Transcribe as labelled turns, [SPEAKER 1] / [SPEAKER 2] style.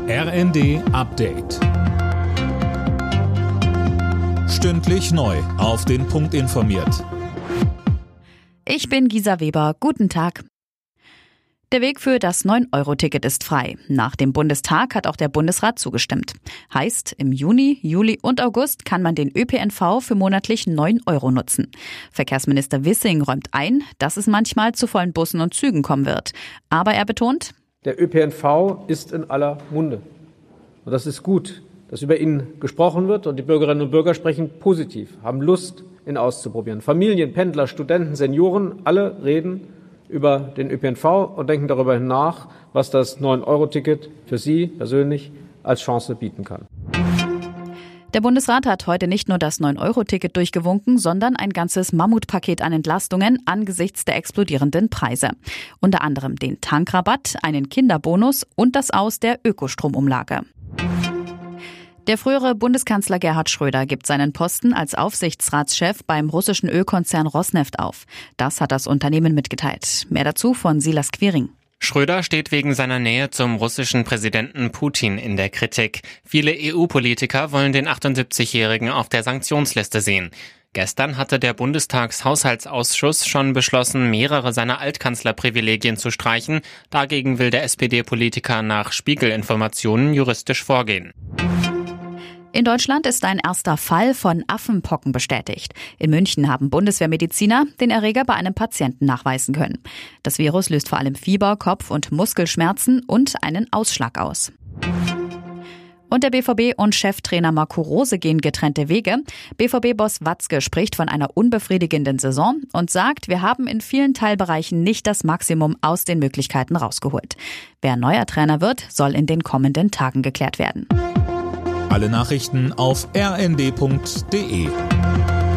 [SPEAKER 1] RND Update. Stündlich neu auf den Punkt informiert.
[SPEAKER 2] Ich bin Gisa Weber. Guten Tag. Der Weg für das 9-Euro-Ticket ist frei. Nach dem Bundestag hat auch der Bundesrat zugestimmt. Heißt, im Juni, Juli und August kann man den ÖPNV für monatlich 9 Euro nutzen. Verkehrsminister Wissing räumt ein, dass es manchmal zu vollen Bussen und Zügen kommen wird. Aber er betont:
[SPEAKER 3] Der ÖPNV ist in aller Munde. Und das ist gut, dass über ihn gesprochen wird. Und die Bürgerinnen und Bürger sprechen positiv, haben Lust, ihn auszuprobieren. Familien, Pendler, Studenten, Senioren, alle reden über den ÖPNV und denken darüber nach, was das 9-Euro-Ticket für Sie persönlich als Chance bieten kann.
[SPEAKER 2] Der Bundesrat hat heute nicht nur das 9-Euro-Ticket durchgewunken, sondern ein ganzes Mammutpaket an Entlastungen angesichts der explodierenden Preise. Unter anderem den Tankrabatt, einen Kinderbonus und das Aus der Ökostromumlage. Der frühere Bundeskanzler Gerhard Schröder gibt seinen Posten als Aufsichtsratschef beim russischen Ölkonzern Rosneft auf. Das hat das Unternehmen mitgeteilt. Mehr dazu von Silas Quiring.
[SPEAKER 4] Schröder steht wegen seiner Nähe zum russischen Präsidenten Putin in der Kritik. Viele EU-Politiker wollen den 78-Jährigen auf der Sanktionsliste sehen. Gestern hatte der Bundestagshaushaltsausschuss schon beschlossen, mehrere seiner Altkanzlerprivilegien zu streichen. Dagegen will der SPD-Politiker nach Spiegel-Informationen juristisch vorgehen.
[SPEAKER 2] In Deutschland ist ein erster Fall von Affenpocken bestätigt. In München haben Bundeswehrmediziner den Erreger bei einem Patienten nachweisen können. Das Virus löst vor allem Fieber, Kopf- und Muskelschmerzen und einen Ausschlag aus. Und der BVB und Cheftrainer Marco Rose gehen getrennte Wege. BVB-Boss Watzke spricht von einer unbefriedigenden Saison und sagt, wir haben in vielen Teilbereichen nicht das Maximum aus den Möglichkeiten rausgeholt. Wer neuer Trainer wird, soll in den kommenden Tagen geklärt werden.
[SPEAKER 1] Alle Nachrichten auf rnd.de.